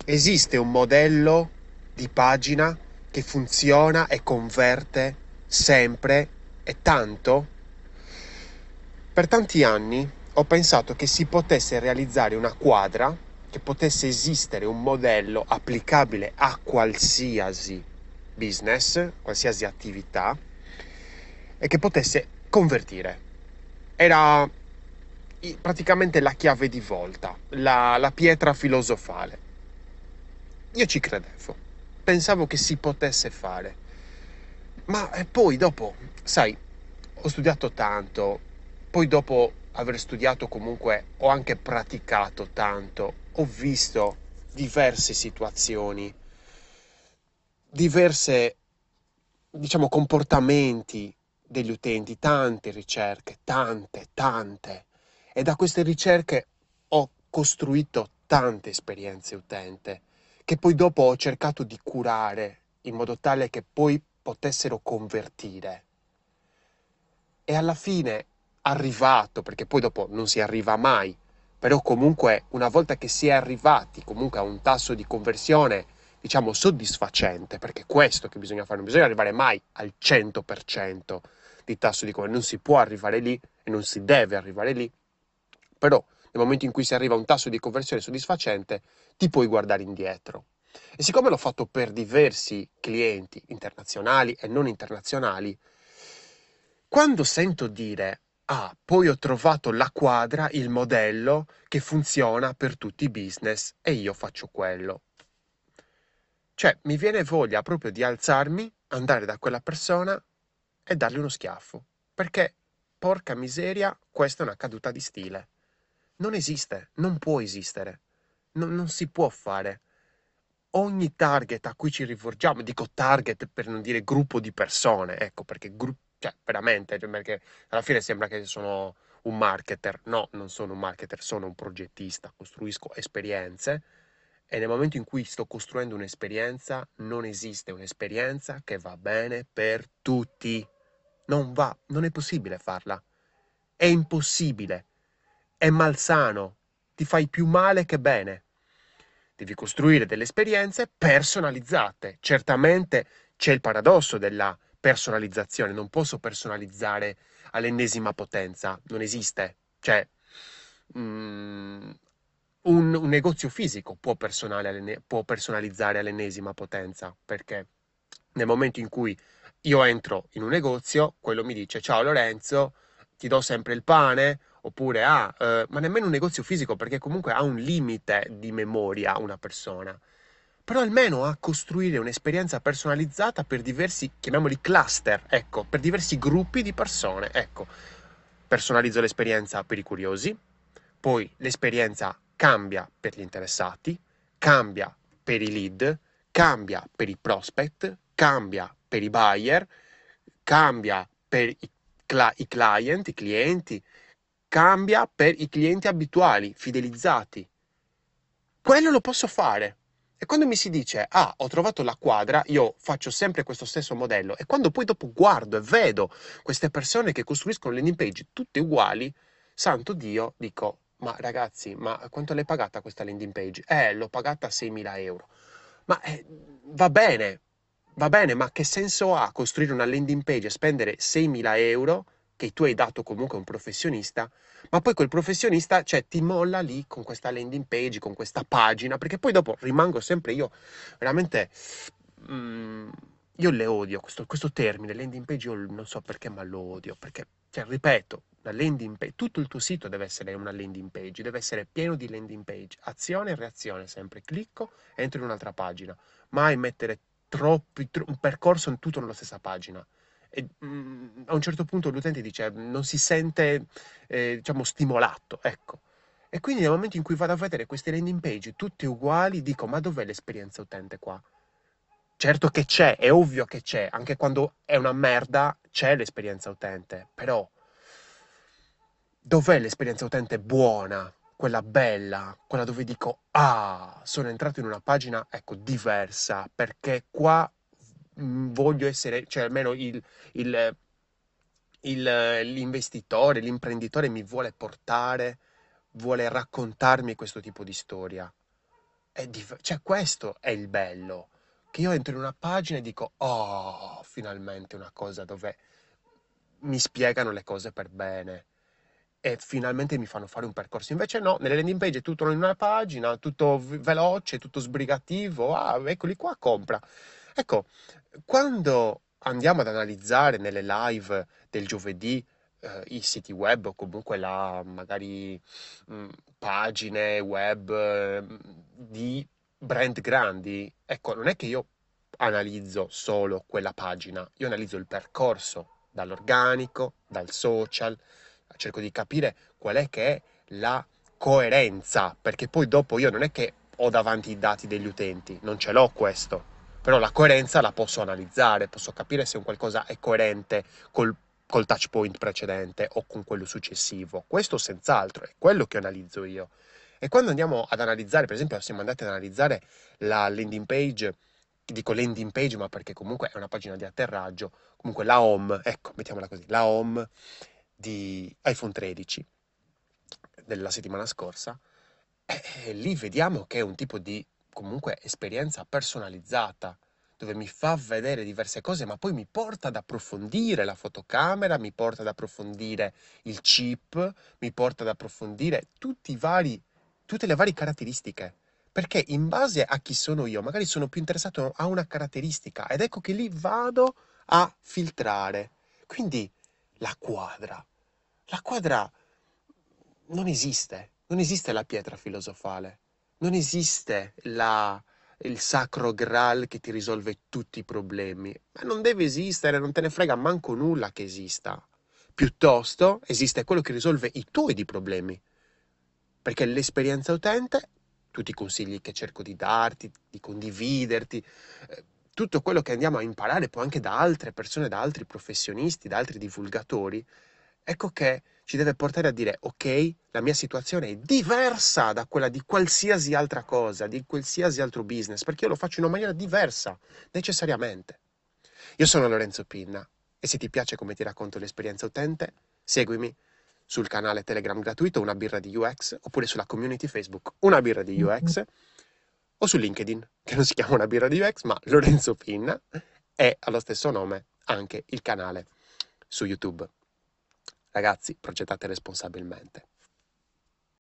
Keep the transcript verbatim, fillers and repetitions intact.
Esiste un modello di pagina che funziona e converte sempre e tanto? Per tanti anni ho pensato che si potesse realizzare una quadra, che potesse esistere un modello applicabile a qualsiasi business, qualsiasi attività, e che potesse convertire. Era i- praticamente la chiave di volta, la, la pietra filosofale. Io ci credevo, pensavo che si potesse fare, ma eh, poi dopo, sai, ho studiato tanto, poi dopo aver studiato comunque ho anche praticato tanto, ho visto diverse situazioni, diverse, diciamo, comportamenti degli utenti, tante ricerche, tante, tante. E da queste ricerche ho costruito tante esperienze utente, che poi dopo ho cercato di curare in modo tale che poi potessero convertire. E alla fine, arrivato, perché poi dopo non si arriva mai, però comunque una volta che si è arrivati comunque a un tasso di conversione, diciamo, soddisfacente, perché è questo che bisogna fare, non bisogna arrivare mai al cento per cento di tasso di conversione, non si può arrivare lì e non si deve arrivare lì, però nel momento in cui si arriva a un tasso di conversione soddisfacente, ti puoi guardare indietro. E siccome l'ho fatto per diversi clienti internazionali e non internazionali, quando sento dire, ah, poi ho trovato la quadra, il modello che funziona per tutti i business e io faccio quello. Cioè, mi viene voglia proprio di alzarmi, andare da quella persona e dargli uno schiaffo. Perché, porca miseria, questa è una caduta di stile. Non esiste, non può esistere, non, non si può fare. Ogni target a cui ci rivolgiamo, dico target per non dire gruppo di persone, ecco, perché gru- cioè, veramente, cioè, perché alla fine sembra che sono un marketer. No, non sono un marketer, sono un progettista, costruisco esperienze e nel momento in cui sto costruendo un'esperienza, non esiste un'esperienza che va bene per tutti. Non va, non è possibile farla. È impossibile, è malsano, ti fai più male che bene. Devi costruire delle esperienze personalizzate. Certamente c'è il paradosso della personalizzazione, non posso personalizzare all'ennesima potenza, non esiste. Cioè, mm, un, un negozio fisico può, personale- può personalizzare all'ennesima potenza, perché nel momento in cui io entro in un negozio, quello mi dice: ciao Lorenzo, ti do sempre il pane, oppure ah, eh, ma nemmeno un negozio fisico, perché comunque ha un limite di memoria una persona. Però almeno a costruire un'esperienza personalizzata per diversi, chiamiamoli cluster, ecco, per diversi gruppi di persone, ecco. Personalizzo l'esperienza per i curiosi, poi l'esperienza cambia per gli interessati, cambia per i lead, cambia per i prospect, cambia per i buyer, cambia per i, cla- i client, i clienti, cambia per i clienti abituali, fidelizzati. Quello lo posso fare. E quando mi si dice, ah, ho trovato la quadra, io faccio sempre questo stesso modello. E quando poi dopo guardo e vedo queste persone che costruiscono landing page tutte uguali, santo Dio, dico, ma ragazzi, ma quanto l'hai pagata questa landing page? Eh, l'ho pagata seimila euro. Ma eh, va bene, va bene, ma che senso ha costruire una landing page e spendere seimila euro che tu hai dato comunque a un professionista, ma poi quel professionista, cioè, ti molla lì con questa landing page, con questa pagina, perché poi dopo rimango sempre io, veramente, mm, io le odio, questo, questo termine, landing page, io non so perché, ma lo odio, perché, cioè, ripeto, la landing page, tutto il tuo sito deve essere una landing page, deve essere pieno di landing page, azione e reazione, sempre clicco, entro in un'altra pagina, mai mettere troppi, tro- un percorso in tutto nella stessa pagina. E, mm, a un certo punto l'utente dice non si sente eh, diciamo stimolato, ecco. E quindi nel momento in cui vado a vedere queste landing page tutte uguali, dico: ma dov'è l'esperienza utente qua? Certo che c'è, è ovvio che c'è, anche quando è una merda c'è l'esperienza utente, però dov'è l'esperienza utente buona, quella bella, quella dove dico, ah, sono entrato in una pagina, ecco, diversa, perché qua mh, voglio essere, cioè almeno il, il, il, l'investitore, l'imprenditore mi vuole portare, vuole raccontarmi questo tipo di storia. è dif- cioè questo è il bello, che io entro in una pagina e dico, oh, finalmente una cosa dove mi spiegano le cose per bene e finalmente mi fanno fare un percorso. Invece no, nelle landing page è tutto in una pagina, tutto v- veloce, tutto sbrigativo, ah, eccoli qua, compra. Ecco, quando andiamo ad analizzare nelle live del giovedì eh, i siti web o comunque la, magari mh, pagine web eh, di brand grandi, ecco, non è che io analizzo solo quella pagina, io analizzo il percorso dall'organico, dal social, cerco di capire qual è che è la coerenza, perché poi dopo io non è che ho davanti i dati degli utenti, non ce l'ho questo, però la coerenza la posso analizzare, posso capire se un qualcosa è coerente col, col touch point precedente o con quello successivo. Questo senz'altro è quello che analizzo io. E quando andiamo ad analizzare, per esempio, siamo andati ad analizzare la landing page, dico landing page, ma perché comunque è una pagina di atterraggio, comunque la home, ecco, mettiamola così, la home di iPhone tredici della settimana scorsa, e, e lì vediamo che è un tipo di comunque esperienza personalizzata, dove mi fa vedere diverse cose, ma poi mi porta ad approfondire la fotocamera, mi porta ad approfondire il chip, mi porta ad approfondire tutti i vari, tutte le varie caratteristiche. Perché in base a chi sono io, magari sono più interessato a una caratteristica ed ecco che lì vado a filtrare. Quindi la quadra. La quadra non esiste, non esiste la pietra filosofale, non esiste la, il sacro Graal che ti risolve tutti i problemi. Ma non deve esistere, non te ne frega manco nulla che esista. Piuttosto esiste quello che risolve i tuoi di problemi. Perché l'esperienza utente, tutti i consigli che cerco di darti, di condividerti, eh, tutto quello che andiamo a imparare poi anche da altre persone, da altri professionisti, da altri divulgatori, ecco che ci deve portare a dire, ok, la mia situazione è diversa da quella di qualsiasi altra cosa, di qualsiasi altro business, perché io lo faccio in una maniera diversa, necessariamente. Io sono Lorenzo Pinna e se ti piace come ti racconto l'esperienza utente, seguimi sul canale Telegram gratuito Una birra di U X oppure sulla community Facebook Una birra di U X o su LinkedIn, che non si chiama Una birra di U X, ma Lorenzo Pinna e allo stesso nome anche il canale su YouTube. Ragazzi, progettate responsabilmente.